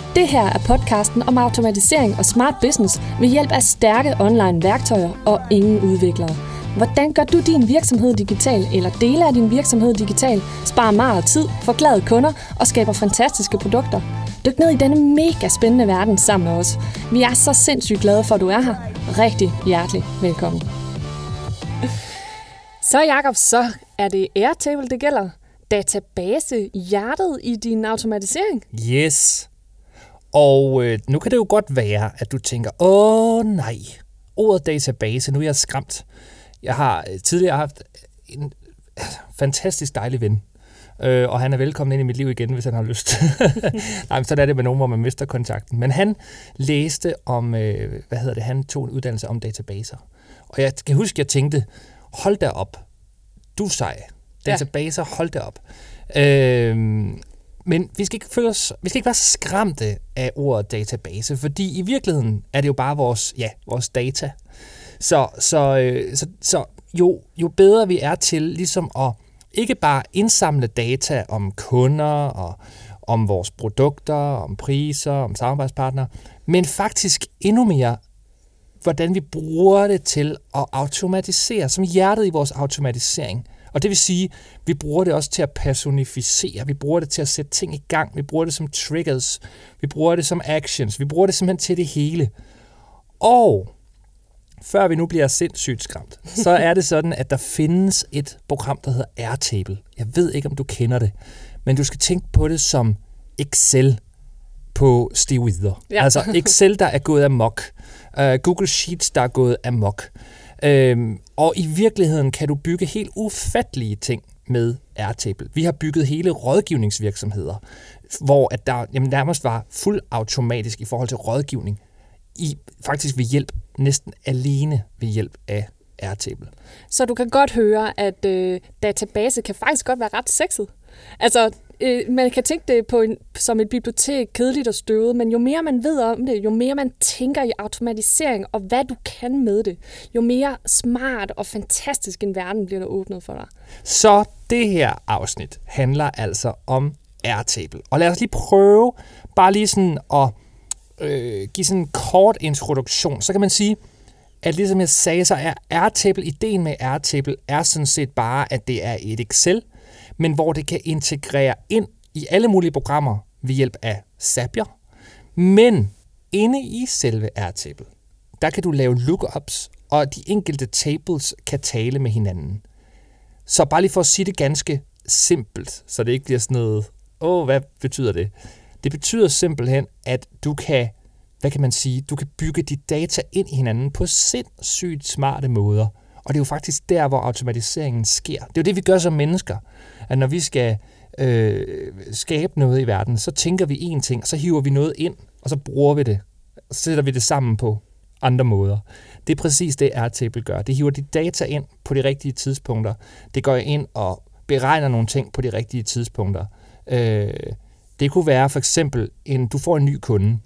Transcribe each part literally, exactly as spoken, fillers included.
Det her er podcasten om automatisering og smart business ved hjælp af stærke online værktøjer og ingen udviklere. Hvordan gør du din virksomhed digital eller dele af din virksomhed digital, sparer meget tid, får glade kunder og skaber fantastiske produkter? Dyk ned i denne mega spændende verden sammen med os. Vi er så sindssygt glade for, at du er her. Rigtig hjertelig velkommen. Så Jakob, så er det Airtable, det gælder. Database, hjertet i din automatisering? Yes. Og øh, nu kan det jo godt være, at du tænker, åh nej, ordet database, nu er jeg skræmt. Jeg har øh, tidligere haft en øh, fantastisk dejlig ven, øh, og han er velkommen ind i mit liv igen, hvis han har lyst. Nej, men sådan er det med nogen, hvor man mister kontakten. Men han læste om, øh, hvad hedder det, han tog en uddannelse om databaser. Og jeg kan huske, jeg tænkte, hold da op, du sej. Databaser, ja. Hold da op. Øh, Men vi skal, ikke føle os, vi skal ikke være så skræmte af ordet database, fordi i virkeligheden er det jo bare vores, ja, vores data. Så, så, så, så jo, jo bedre vi er til ligesom at ikke bare indsamle data om kunder og om vores produkter, om priser, om samarbejdspartnere, men faktisk endnu mere, hvordan vi bruger det til at automatisere, som hjertet i vores automatisering. Og det vil sige, at vi bruger det også til at personificere, vi bruger det til at sætte ting i gang, vi bruger det som triggers, vi bruger det som actions, vi bruger det simpelthen til det hele. Og før vi nu bliver sindssygt skræmt, så er det sådan, at der findes et program, der hedder Airtable. Jeg ved ikke, om du kender det, men du skal tænke på det som Excel på steroider. Ja. Altså Excel, der er gået amok. Uh, Google Sheets, der er gået amok. Øhm, og i virkeligheden kan du bygge helt ufattelige ting med Airtable. Vi har bygget hele rådgivningsvirksomheder, hvor at der jamen, nærmest var fuld automatisk i forhold til rådgivning, i faktisk ved hjælp, næsten alene ved hjælp af Airtable. Så du kan godt høre, at øh, database kan faktisk godt være ret sexet. Altså, øh, man kan tænke det på en, som et bibliotek, kedeligt og støvet, men jo mere man ved om det, jo mere man tænker i automatisering og hvad du kan med det, jo mere smart og fantastisk en verden bliver der åbnet for dig. Så det her afsnit handler altså om Airtable. Og lad os lige prøve bare lige sådan at øh, give sådan en kort introduktion. Så kan man sige, at ligesom jeg sagde, så er Airtable, ideen med Airtable er sådan set bare, at det er et Excel, men hvor det kan integrere ind i alle mulige programmer ved hjælp af Zapier. Men inde i selve Airtable, der kan du lave lookups, og de enkelte tables kan tale med hinanden. Så bare lige for at sige det ganske simpelt, så det ikke bliver sådan noget, åh, hvad betyder det? Det betyder simpelthen, at du kan, hvad kan man sige, du kan bygge de data ind i hinanden på sindssygt smarte måder. Og det er jo faktisk der, hvor automatiseringen sker. Det er jo det, vi gør som mennesker. At når vi skal øh, skabe noget i verden, så tænker vi én ting, så hiver vi noget ind, og så bruger vi det. Og så sætter vi det sammen på andre måder. Det er præcis det, Airtable gør. Det hiver de data ind på de rigtige tidspunkter. Det går ind og beregner nogle ting på de rigtige tidspunkter. Øh, det kunne være for eksempel, en, du får en ny kunde,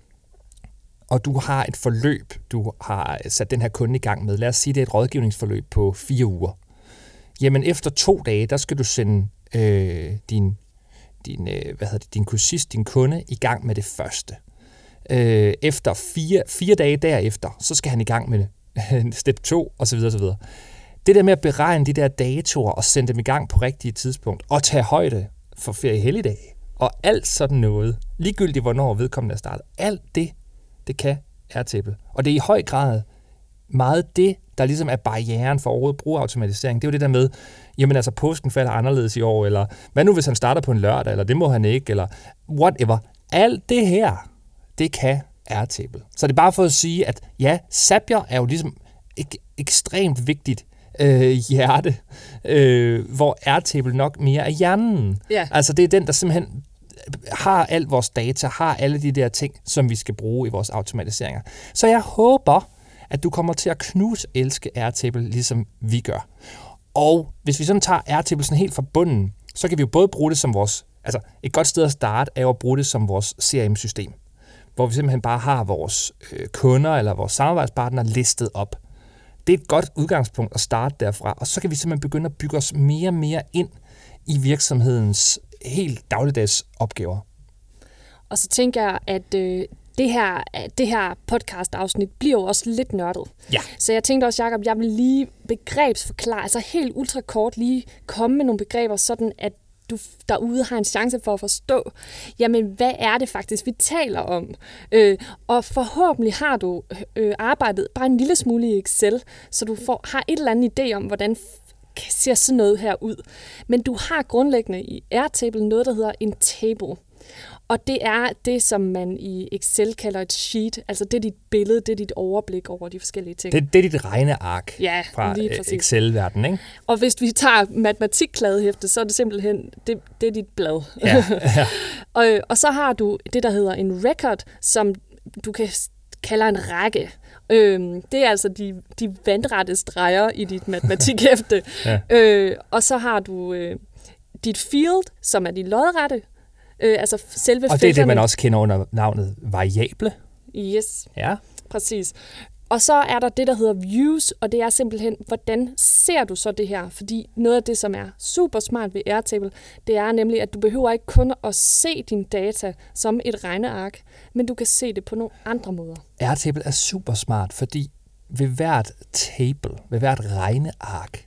og du har et forløb, du har sat den her kunde i gang med. Lad os sige, det er et rådgivningsforløb på fire uger. Jamen efter to dage, der skal du sende øh, din, din, øh, hvad hedder det, din kursist, din kunde, i gang med det første. Øh, efter fire, fire dage derefter, så skal han i gang med step to, osv. osv. Det der med at beregne de der datoer og sende dem i gang på rigtige tidspunkt, og tage højde for feriehelligdage, og alt sådan noget, ligegyldigt hvornår vedkommende er startet, alt det, det kan Airtable. Og det er i høj grad meget det, der ligesom er barrieren for overhovedet at bruge automatisering. Det er jo det der med, jamen altså påsken falder anderledes i år, eller hvad nu hvis han starter på en lørdag, eller det må han ikke, eller whatever. Alt det her, det kan Airtable. Så det er bare for at sige, at ja, Zapier er jo ligesom et ekstremt vigtigt øh, hjerte, øh, hvor Airtable nok mere er hjernen. Yeah. Altså det er den, der simpelthen har al vores data, har alle de der ting, som vi skal bruge i vores automatiseringer. Så jeg håber, at du kommer til at knuse elske Airtable, ligesom vi gør. Og hvis vi sådan tager Airtable sådan helt fra bunden, så kan vi jo både bruge det som vores, altså et godt sted at starte er jo at bruge det som vores C R M-system, hvor vi simpelthen bare har vores øh, kunder eller vores samarbejdspartnere listet op. Det er et godt udgangspunkt at starte derfra, og så kan vi simpelthen begynde at bygge os mere og mere ind i virksomhedens helt dagligdags opgaver. Og så tænker jeg, at øh, det her, det her podcast-afsnit bliver jo også lidt nørdet. Ja. Så jeg tænkte også, Jacob, jeg vil lige begrebsforklare, altså helt ultrakort lige komme med nogle begreber, sådan at du derude har en chance for at forstå, jamen hvad er det faktisk, vi taler om? Øh, og forhåbentlig har du øh, arbejdet bare en lille smule i Excel, så du får, har et eller andet idé om, hvordan ser sådan noget her ud. Men du har grundlæggende i Airtable noget, der hedder en table. Og det er det, som man i Excel kalder et sheet. Altså det er dit billede, det er dit overblik over de forskellige ting. Det, det er dit regneark ja, fra Excel-verdenen, ikke? Og hvis vi tager matematikkladehæfte, så er det simpelthen, det, det er dit blad. Ja, ja. og, og så har du det, der hedder en record, som du kan kalde en række. Øhm, det er altså de, de vandrette streger i dit matematikhæfte. ja. øh, og så har du øh, dit field, som er de lodrette. Øh, altså selve og det er det, man også kender under navnet variable. Yes, ja. Præcis. Og så er der det, der hedder views, og det er simpelthen, hvordan ser du så det her? Fordi noget af det, som er super smart ved Airtable, det er nemlig, at du behøver ikke kun at se dine data som et regneark, men du kan se det på nogle andre måder. Airtable er super smart, fordi ved hvert table, ved hvert regneark,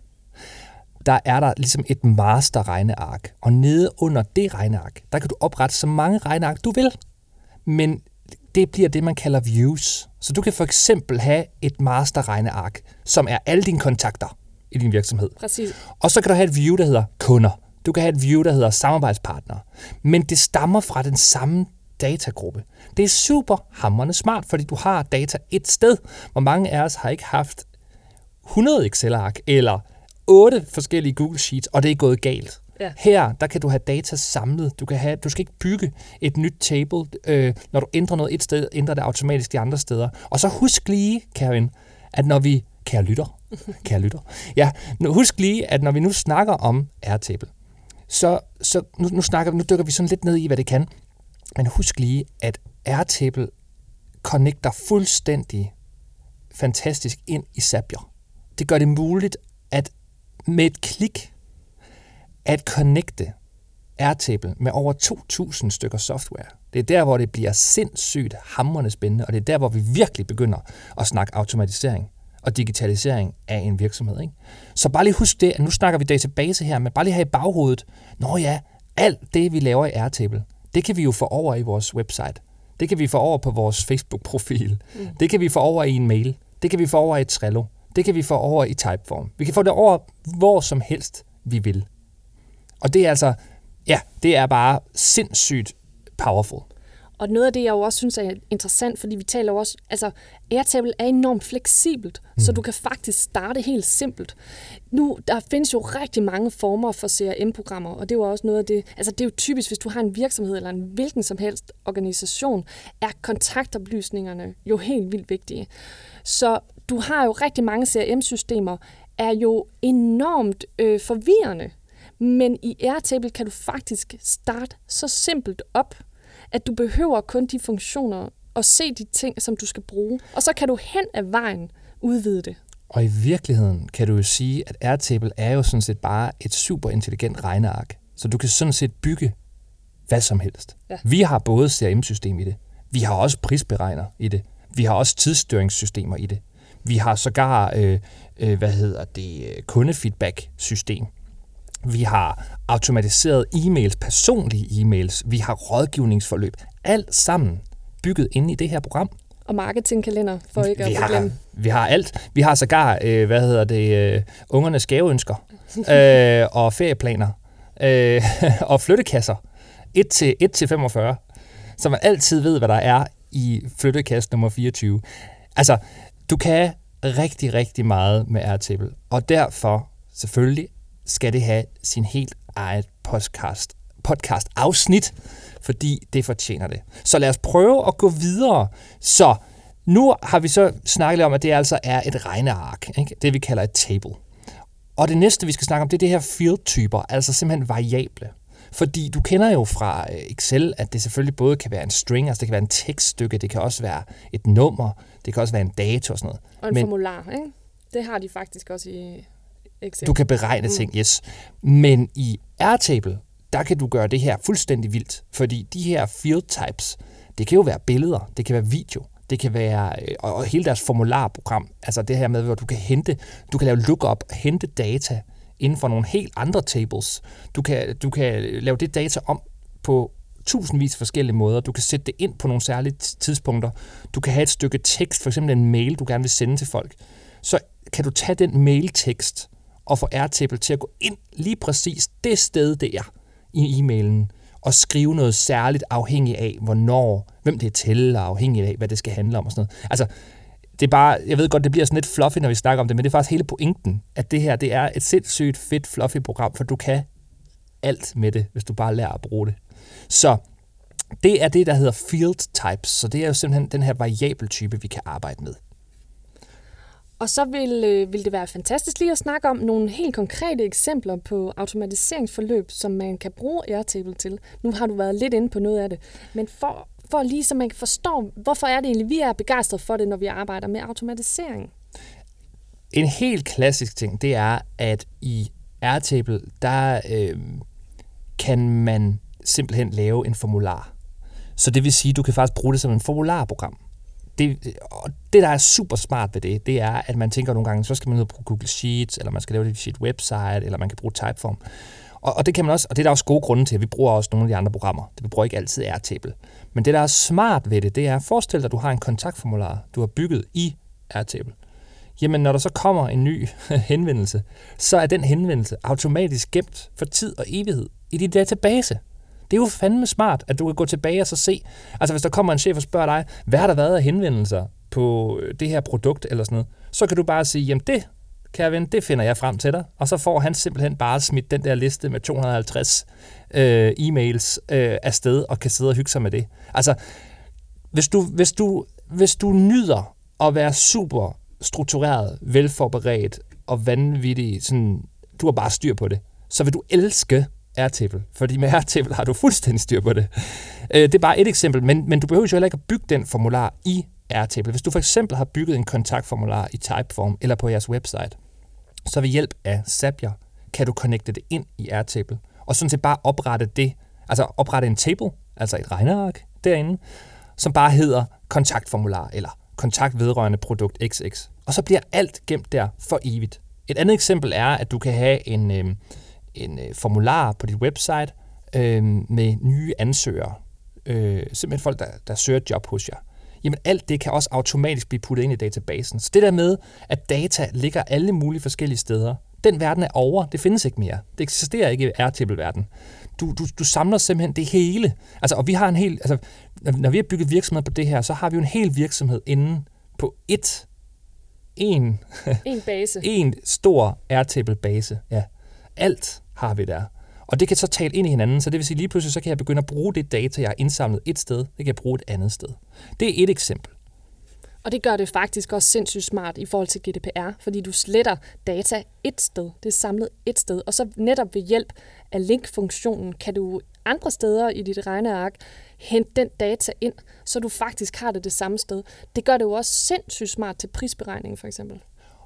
der er der ligesom et master-regneark. Og nede under det regneark, der kan du oprette så mange regneark, du vil. Men det bliver det, man kalder views. Så du kan for eksempel have et master-regneark, som er alle dine kontakter i din virksomhed. Præcis. Og så kan du have et view, der hedder kunder. Du kan have et view, der hedder samarbejdspartnere. Men det stammer fra den samme datagruppe. Det er super hamrende smart, fordi du har data et sted. Hvor mange af os har ikke haft hundrede Excel-ark eller otte forskellige Google Sheets, og det er gået galt. Ja. Her, der kan du have data samlet. Du, kan have, du skal ikke bygge et nyt table. Øh, når du ændrer noget et sted, ændrer det automatisk de andre steder. Og så husk lige, Karin, at når vi... Kære lytter. Kære lytter. Ja, husk lige, at når vi nu snakker om Airtable, så, så nu, nu, snakker, nu dykker vi sådan lidt ned i, hvad det kan. Men husk lige, at Airtable connecter fuldstændig fantastisk ind i Zapier. Det gør det muligt at med et klik at connecte Airtable med over to tusind stykker software. Det er der, hvor det bliver sindssygt hamrende spændende, og det er der, hvor vi virkelig begynder at snakke automatisering og digitalisering af en virksomhed. Ikke? Så bare lige husk det, at nu snakker vi database her, men bare lige have i baghovedet, nå ja, alt det, vi laver i Airtable, det kan vi jo få over i vores website. Det kan vi få over på vores Facebook-profil. Mm. Det kan vi få over i en mail. Det kan vi få over i Trello. Det kan vi få over i Typeform. Vi kan få det over hvor som helst, vi vil. Og det er altså, ja, det er bare sindssygt powerful. Og noget af det, jeg jo også synes er interessant, fordi vi taler jo også, altså Airtable er enormt fleksibelt, mm. så du kan faktisk starte helt simpelt. Nu, der findes jo rigtig mange former for C R M-programmer, og det er jo også noget af det, altså det er jo typisk, hvis du har en virksomhed eller en hvilken som helst organisation, er kontaktoplysningerne jo helt vildt vigtige. Så du har jo rigtig mange C R M-systemer, er jo enormt øh, forvirrende, men i Airtable kan du faktisk starte så simpelt op, at du behøver kun de funktioner og se de ting, som du skal bruge. Og så kan du hen ad vejen udvide det. Og i virkeligheden kan du jo sige, at Airtable er jo sådan set bare et super intelligent regneark. Så du kan sådan set bygge hvad som helst. Ja. Vi har både C R M-system i det. Vi har også prisberegner i det. Vi har også tidsstyringssystemer i det. Vi har sågar, øh, øh, hvad hedder det, kundefeedback-system. Vi har automatiseret e-mails, personlige e-mails. Vi har rådgivningsforløb. Alt sammen bygget inde i det her program. Og marketingkalender, for ikke vi at har, glemme. Vi har alt. Vi har sågar, øh, hvad hedder det, øh, ungernes gaveønsker øh, og ferieplaner øh, og flyttekasser. et til femogfyrre. Så man altid ved, hvad der er i flyttekasse nummer fireogtyve. Altså, du kan rigtig, rigtig meget med Airtable. Og derfor, selvfølgelig, skal det have sin helt eget podcast, podcast afsnit, fordi det fortjener det. Så lad os prøve at gå videre. Så nu har vi så snakket om, at det altså er et regneark, ikke? Det vi kalder et table. Og det næste, vi skal snakke om, det er det her field-typer, altså simpelthen variable. Fordi du kender jo fra Excel, at det selvfølgelig både kan være en string, altså det kan være en tekststykke, det kan også være et nummer, det kan også være en dato og sådan noget. Og en Men, formular, ikke? Det har de faktisk også i Excel. Du kan beregne ting, yes. Men i Airtable, der kan du gøre det her fuldstændig vildt, fordi de her field types, det kan jo være billeder, det kan være video, det kan være, og hele deres formularprogram, altså det her med, hvor du kan hente, du kan lave lookup, hente data inden for nogle helt andre tables. Du kan, du kan lave det data om på tusindvis forskellige måder. Du kan sætte det ind på nogle særlige tidspunkter. Du kan have et stykke tekst, for eksempel en mail, du gerne vil sende til folk. Så kan du tage den mailtekst og få Airtable til at gå ind lige præcis det sted der i e-mailen og skrive noget særligt afhængig af, hvornår, hvem det er til, og afhængig af, hvad det skal handle om og sådan noget. Altså, det er bare, jeg ved godt, det bliver sådan lidt fluffy, når vi snakker om det, men det er faktisk hele pointen, at det her, det er et sindssygt fedt, fluffy program, for du kan alt med det, hvis du bare lærer at bruge det. Så det er det, der hedder field types, så det er jo simpelthen den her variabeltype, vi kan arbejde med. Og så vil, øh, vil det være fantastisk lige at snakke om nogle helt konkrete eksempler på automatiseringsforløb, som man kan bruge Airtable til. Nu har du været lidt inde på noget af det, men for, for lige så man kan forstå, hvorfor er det egentlig, vi er begejstrede for det, når vi arbejder med automatisering? En helt klassisk ting, det er, at i Airtable, der øh, kan man simpelthen lave en formular. Så det vil sige, at du kan faktisk bruge det som en formularprogram. Det, og det, der er super smart ved det, det er, at man tænker nogle gange, så skal man ud og bruge Google Sheets, eller man skal lave det i sit website, eller man kan bruge Typeform. Og, og det kan man også, og det er der også gode grunde til, at vi bruger også nogle af de andre programmer. Det vi bruger ikke altid Airtable. Men det, der er smart ved det, det er, forestil dig, at du har en kontaktformular, du har bygget i Airtable. Jamen, når der så kommer en ny henvendelse, så er den henvendelse automatisk gemt for tid og evighed i din database. Det er jo fandme smart, at du kan gå tilbage og så se, altså hvis der kommer en chef og spørger dig, hvad har der været af henvendelser på det her produkt eller sådan noget, så kan du bare sige, jamen det, kære ven, det finder jeg frem til dig, og så får han simpelthen bare smidt den der liste med to hundrede og halvtreds øh, e-mails øh, afsted og kan sidde og hygge sig med det. Altså, hvis du, hvis du, hvis du nyder at være super struktureret, velforberedt og vanvittig, sådan, du har bare styr på det, så vil du elske Airtable, fordi med Airtable har du fuldstændig styr på det. Det er bare et eksempel, men, men du behøver jo heller ikke at bygge den formular i Airtable. Hvis du for eksempel har bygget en kontaktformular i Typeform eller på jeres website, så ved hjælp af Zapier kan du connecte det ind i Airtable, og sådan set bare oprette det, altså oprette en table, altså et regneark derinde, som bare hedder kontaktformular eller kontakt vedrørende produkt X X. Og så bliver alt gemt der for evigt. Et andet eksempel er, at du kan have en øh, en øh, formular på dit website øh, med nye ansøgere. Øh, simpelthen folk, der, der søger et job hos jer. Jamen alt det kan også automatisk blive puttet ind i databasen. Så det der med, at data ligger alle mulige forskellige steder, den verden er over. Det findes ikke mere. Det eksisterer ikke i Airtable-verden. Du, du, du samler simpelthen det hele. Altså, og vi har en hel, altså, når vi har bygget virksomhed på det her, så har vi jo en hel virksomhed inde på ét, en, en base. En stor Airtable-base. Ja. Alt har vi der. Og det kan så tale ind i hinanden, så det vil sige, lige pludselig så kan jeg begynde at bruge det data, jeg har indsamlet et sted, det kan jeg bruge et andet sted. Det er et eksempel. Og det gør det faktisk også sindssygt smart i forhold til G D P R, fordi du sletter data et sted, det er samlet et sted, og så netop ved hjælp af link-funktionen kan du andre steder i dit regneark hente den data ind, så du faktisk har det det samme sted. Det gør det jo også sindssygt smart til prisberegning, for eksempel.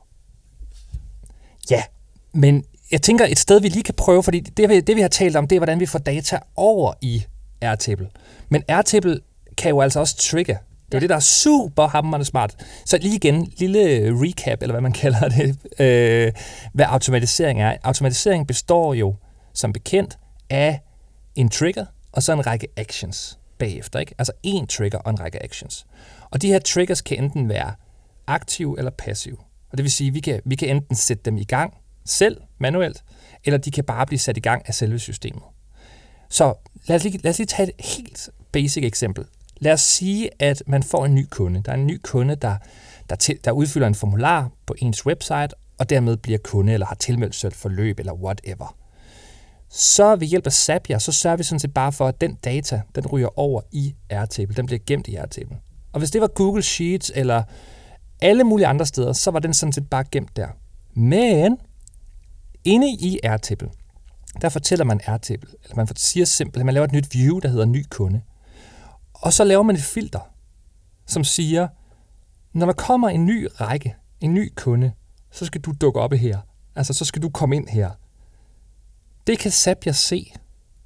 Ja, men jeg tænker et sted, vi lige kan prøve, fordi det, det vi har talt om, det er, hvordan vi får data over i Airtable. Men Airtable kan jo altså også trigge. Det er ja. Det, der er super hammerende smart. Så lige igen, lille recap, eller hvad man kalder det, øh, hvad automatisering er. Automatisering består jo, som bekendt, af en trigger, og så en række actions bagefter. Ikke? Altså en trigger og en række actions. Og de her triggers kan enten være aktive eller passive. Og det vil sige, at vi kan, vi kan enten sætte dem i gang selv, manuelt, eller de kan bare blive sat i gang af selve systemet. Så lad os lige, lad os lige tage et helt basic eksempel. Lad os sige, at man får en ny kunde. Der er en ny kunde, der, der, til, der udfylder en formular på ens website, og dermed bliver kunde, eller har tilmeldt sig et forløb, eller whatever. Så ved hjælp af Zapier, så sørger vi sådan set bare for, at den data, den ryger over i Airtable. Den bliver gemt i Airtable. Og hvis det var Google Sheets, eller alle mulige andre steder, så var den sådan set bare gemt der. Men inde i Airtable, der fortæller man Airtable, eller man siger simpelthen, man laver et nyt view, der hedder ny kunde. Og så laver man et filter, som siger, når der kommer en ny række, en ny kunde, så skal du dukke op her. Altså, så skal du komme ind her. Det kan Zapier se.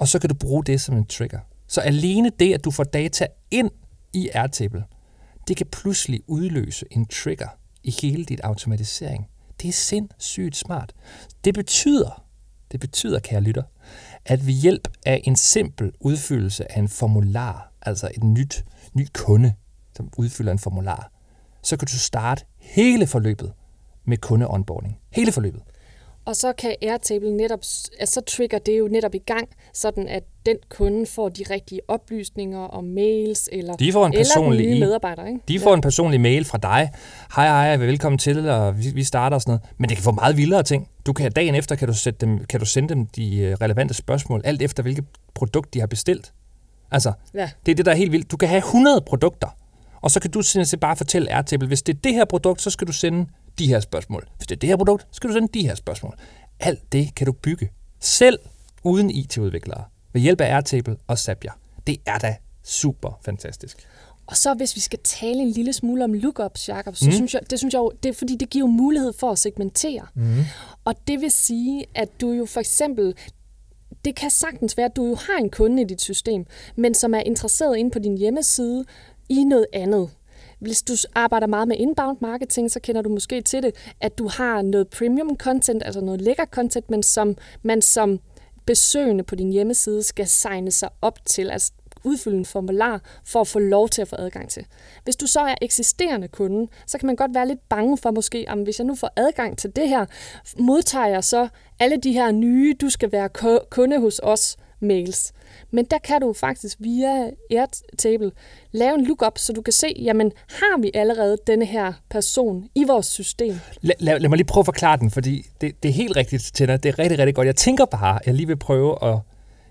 og så kan du bruge det som en trigger. Så alene det, at du får data ind i Airtable, det kan pludselig udløse en trigger i hele dit automatisering. Det er sindssygt smart. Det betyder, det betyder, kære lytter, at ved hjælp af en simpel udfyldelse af en formular, altså et nyt, ny kunde, som udfylder en formular, så kan du starte hele forløbet med kunde-onboarding. Hele forløbet. Og så kan Airtable netop, altså så trigger det jo netop i gang, sådan at den kunde får de rigtige oplysninger om mails, eller, de får en personlig, eller den nye medarbejder. Ikke? De får ja. en personlig mail fra dig. Hej, hej, velkommen til, og vi, vi starter og sådan noget. Men det kan få meget vildere ting. Du kan, dagen efter kan du, sætte dem, kan du sende dem de relevante spørgsmål, alt efter hvilket produkt de har bestilt. Altså, ja. det er det, der er helt vildt. Du kan have hundrede produkter, og så kan du simpelthen bare fortælle Airtable, hvis det er det her produkt, så skal du sende de her spørgsmål. Hvis det er det her produkt, skal du sende de her spørgsmål. Alt det kan du bygge selv uden I T-udviklere ved hjælp af Airtable og Zapier. Det er da super fantastisk. Og så hvis vi skal tale en lille smule om lookups, Jacob, så mm. synes jeg, det synes jeg jo, det er fordi, det giver jo mulighed for at segmentere. Mm. Og det vil sige, at du jo for eksempel, det kan sagtens være, at du jo har en kunde i dit system, men som er interesseret inde på din hjemmeside i noget andet. Hvis du arbejder meget med inbound marketing, så kender du måske til det, at du har noget premium content, altså noget lækker content, men som man som besøgende på din hjemmeside skal signe sig op til, altså udfylde en formular for at få lov til at få adgang til. Hvis du så er eksisterende kunde, så kan man godt være lidt bange for måske, om hvis jeg nu får adgang til det her, modtager jeg så alle de her nye, du skal være kunde hos os, mails. Men der kan du faktisk via Airtable lave en lookup, så du kan se, jamen har vi allerede denne her person i vores system? Lad, lad, lad mig lige prøve at forklare den, fordi det, det er helt rigtigt, Tina. Det er rigtig, rigtig godt. Jeg tænker bare, at jeg lige vil prøve at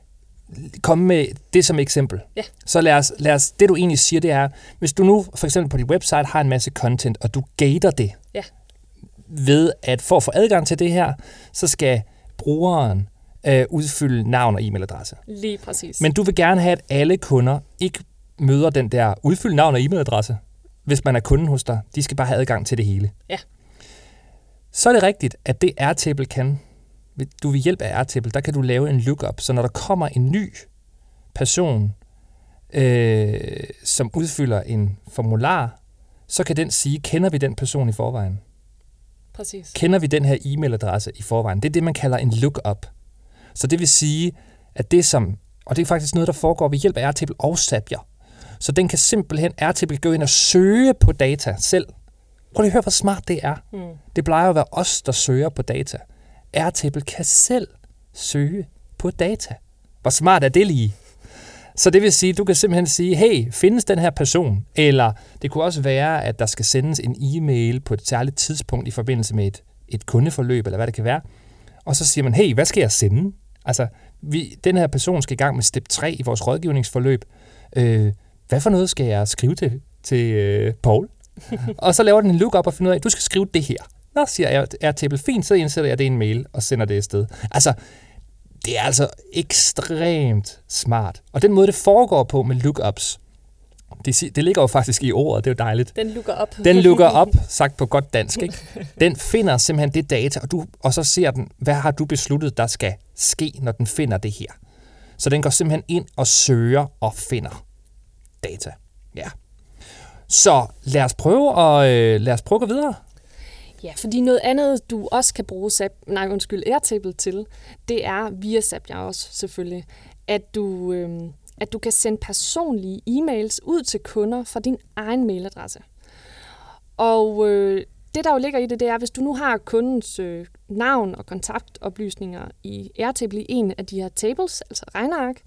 komme med det som eksempel. Ja. Så lad os, lad os, det du egentlig siger, det er, hvis du nu for eksempel på dit website har en masse content, og du gater det ja. ved, at for at få adgang til det her, så skal brugeren øh, udfylde navn og e-mailadresse. Lige præcis. Men du vil gerne have, at alle kunder ikke møder den der udfylde navn og e-mailadresse, hvis man er kunden hos dig. De skal bare have adgang til det hele. Ja. Så er det rigtigt, at det Airtable kan. Du ved hjælp af Airtable, der kan du lave en lookup, så når der kommer en ny person, øh, som udfylder en formular, så kan den sige, kender vi den person i forvejen? Præcis. Kender vi den her e-mailadresse i forvejen? Det er det, man kalder en lookup. Så det vil sige, at det som, og det er faktisk noget, der foregår ved hjælp af Airtable og Zapier. Så den kan simpelthen, Airtable gå ind og søge på data selv. Prøv lige at høre, hvor smart det er. Mm. Det plejer at være os, der søger på data. Airtable kan selv søge på data. Hvor smart er det lige? Så det vil sige, at du kan simpelthen sige, hey, findes den her person? Eller det kunne også være, at der skal sendes en e-mail på et særligt tidspunkt i forbindelse med et, et kundeforløb, eller hvad det kan være. Og så siger man, hey, hvad skal jeg sende? Altså, vi, den her person skal i gang med step tre i vores rådgivningsforløb. Øh, hvad for noget skal jeg skrive til, til øh, Paul? Og så laver den en lookup og finder ud af, at du skal skrive det her. Nå, siger Airtable, fint, så indsætter jeg det i en mail og sender det afsted. Altså, det er altså ekstremt smart. Og den måde, det foregår på med lookups, det, det ligger jo faktisk i ordet, det er jo dejligt. Den looker op. Den looker op, sagt på godt dansk, ikke? Den finder simpelthen det data, og, du, og så ser den, hvad har du besluttet, der skal ske, når den finder det her. Så den går simpelthen ind og søger og finder data. Ja. Så lad os prøve at, øh, lad os prøve at gå videre. Ja, fordi noget andet, du også kan bruge Zap, nej, undskyld, Airtable til, det er via Zapier også selvfølgelig, at du, øh, at du kan sende personlige e-mails ud til kunder fra din egen mailadresse. Og øh, det, der jo ligger i det, det er, hvis du nu har kundens øh, navn og kontaktoplysninger i Airtable i en af de her tables, altså regneark,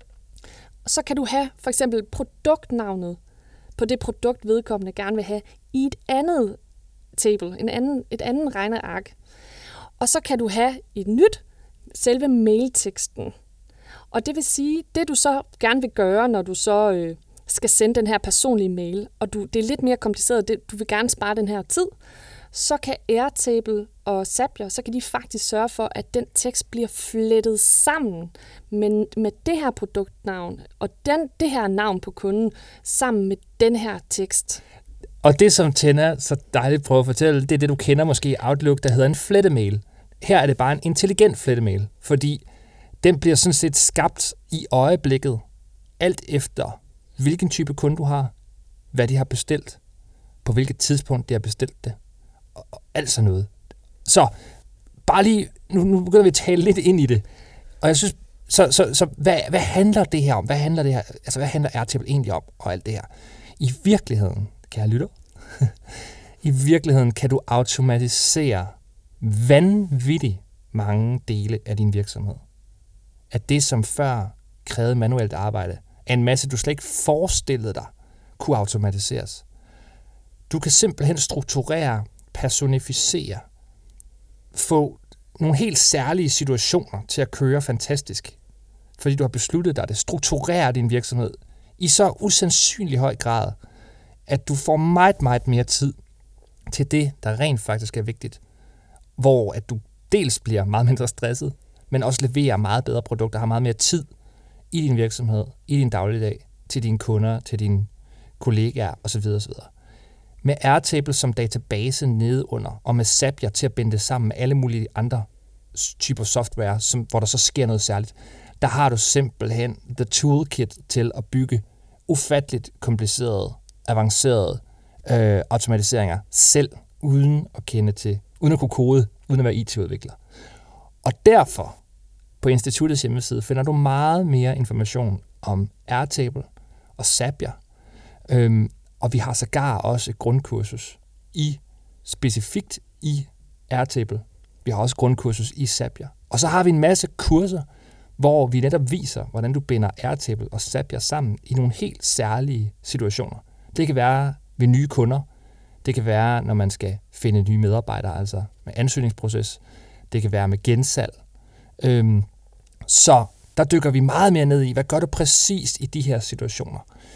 så kan du have for eksempel produktnavnet på det produkt, vedkommende gerne vil have i et andet table, en anden, et andet regneark. Og så kan du have et nyt, selve mailteksten. Og det vil sige, det du så gerne vil gøre, når du så øh, skal sende den her personlige mail, og du, det er lidt mere kompliceret, det, du vil gerne spare den her tid, så kan Airtable og Zapier, så kan de faktisk sørge for, at den tekst bliver flettet sammen med, med det her produktnavn, og den, det her navn på kunden, sammen med den her tekst. Og det, som Tina så dejligt prøver at fortælle, det er det, du kender måske i Outlook, der hedder en flettemail. Her er det bare en intelligent flettemail, fordi den bliver sådan set skabt i øjeblikket, alt efter hvilken type kunde du har, hvad de har bestilt, på hvilket tidspunkt de har bestilt det, og, og alt sådan noget. Så bare lige, nu, nu begynder vi at tale lidt ind i det, og jeg synes, så, så, så hvad, hvad handler det her om? Hvad handler det her, altså hvad handler Airtable egentlig om, og alt det her? I virkeligheden, kære lytter, i virkeligheden kan du automatisere vanvittigt mange dele af din virksomhed. At det, som før krævede manuelt arbejde, er en masse, du slet ikke forestillede dig, kunne automatiseres. Du kan simpelthen strukturere, personificere, få nogle helt særlige situationer til at køre fantastisk, fordi du har besluttet dig at strukturere din virksomhed i så usandsynlig høj grad, at du får meget, meget mere tid til det, der rent faktisk er vigtigt, hvor at du dels bliver meget mindre stresset, men også leverer meget bedre produkter, har meget mere tid i din virksomhed, i din dagligdag, til dine kunder, til dine kollegaer osv. osv. Med Airtable som database nedenunder, og med Zapier til at binde det sammen med alle mulige andre typer software, som, hvor der så sker noget særligt, der har du simpelthen the toolkit til at bygge ufatteligt komplicerede, avancerede øh, automatiseringer selv, uden at kende til, uden at kunne kode, uden at være I T-udvikler. Og derfor, på instituttets hjemmeside, finder du meget mere information om Airtable og Zapier. Øhm, og vi har sågar også et grundkursus i, specifikt i Airtable. Vi har også grundkursus i Zapier. Og så har vi en masse kurser, hvor vi netop viser, hvordan du binder Airtable og Zapier sammen i nogle helt særlige situationer. Det kan være ved nye kunder. Det kan være, når man skal finde nye medarbejdere, altså med ansøgningsproces. Det kan være med gensalg. Øhm, så der dykker vi meget mere ned i, hvad gør du præcis i de her situationer.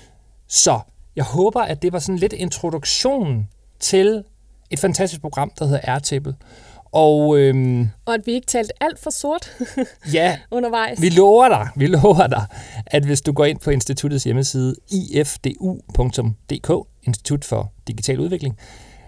Så jeg håber, at det var sådan lidt introduktion til et fantastisk program, der hedder Airtable. Og, øhm, og at vi ikke talte alt for sort ja, undervejs. Vi lover dig, vi lover dig, at hvis du går ind på instituttets hjemmeside i f d u punktum d k, Institut for Digital Udvikling,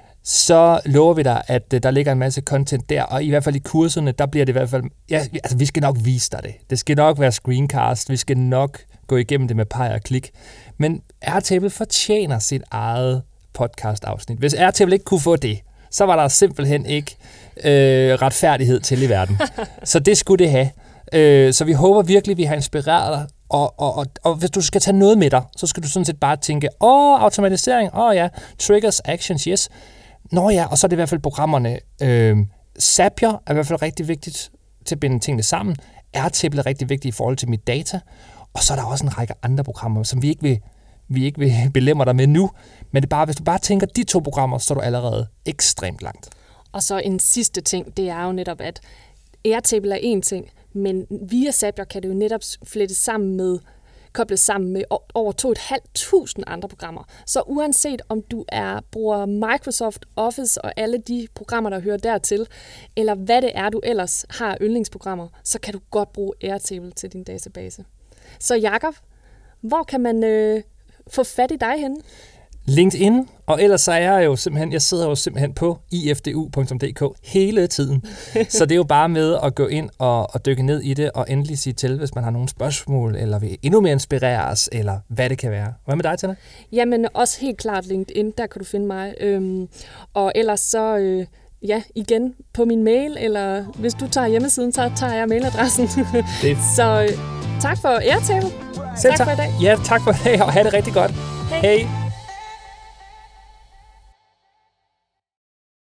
så lover vi dig, at der ligger en masse content der, og i hvert fald i kurserne, der bliver det i hvert fald, ja, altså vi skal nok vise dig det. Det skal nok være screencast, vi skal nok gå igennem det med pege og klik. Men Airtable fortjener sit eget podcast-afsnit. Hvis Airtable ikke kunne få det, så var der simpelthen ikke øh, retfærdighed til i verden. Så det skulle det have. Øh, så vi håber virkelig, vi har inspireret dig. Og, og, og, og hvis du skal tage noget med dig, så skal du sådan set bare tænke, åh, automatisering, åh ja, triggers, actions, yes. Nå ja, og så er det i hvert fald programmerne. Øh, Zapier er i hvert fald rigtig vigtigt til at binde tingene sammen. Airtable er rigtig vigtigt i forhold til mit data. Og så er der også en række andre programmer, som vi ikke vil, vi ikke vil belemre dig med nu. Men det er bare, hvis du bare tænker de to programmer, så er du allerede ekstremt langt. Og så en sidste ting, det er jo netop, at Airtable er en ting, men via Zapier kan det jo netop flettes sammen med, kobles sammen med over to tusind fem hundrede andre programmer. Så uanset om du er bruger Microsoft Office og alle de programmer, der hører dertil, eller hvad det er, du ellers har af yndlingsprogrammer, så kan du godt bruge Airtable til din database. Så Jakob, hvor kan man øh, få fat i dig henne? LinkedIn, og ellers så er jeg jo simpelthen, jeg sidder jo simpelthen på i f d u punktum d k hele tiden. Så det er jo bare med at gå ind og, og dykke ned i det, og endelig sige til, hvis man har nogle spørgsmål, eller vil endnu mere inspireres, eller hvad det kan være. Hvad med dig, Tina? Jamen, også helt klart LinkedIn, der kan du finde mig. Øhm, og ellers så, øh, ja, igen på min mail, eller hvis du tager hjemmesiden, så tager jeg mailadressen. Det. Så øh, tak for Airtable. Selv tak for i dag. Ja, tak for i dag, og have det rigtig godt. Hej. Hey.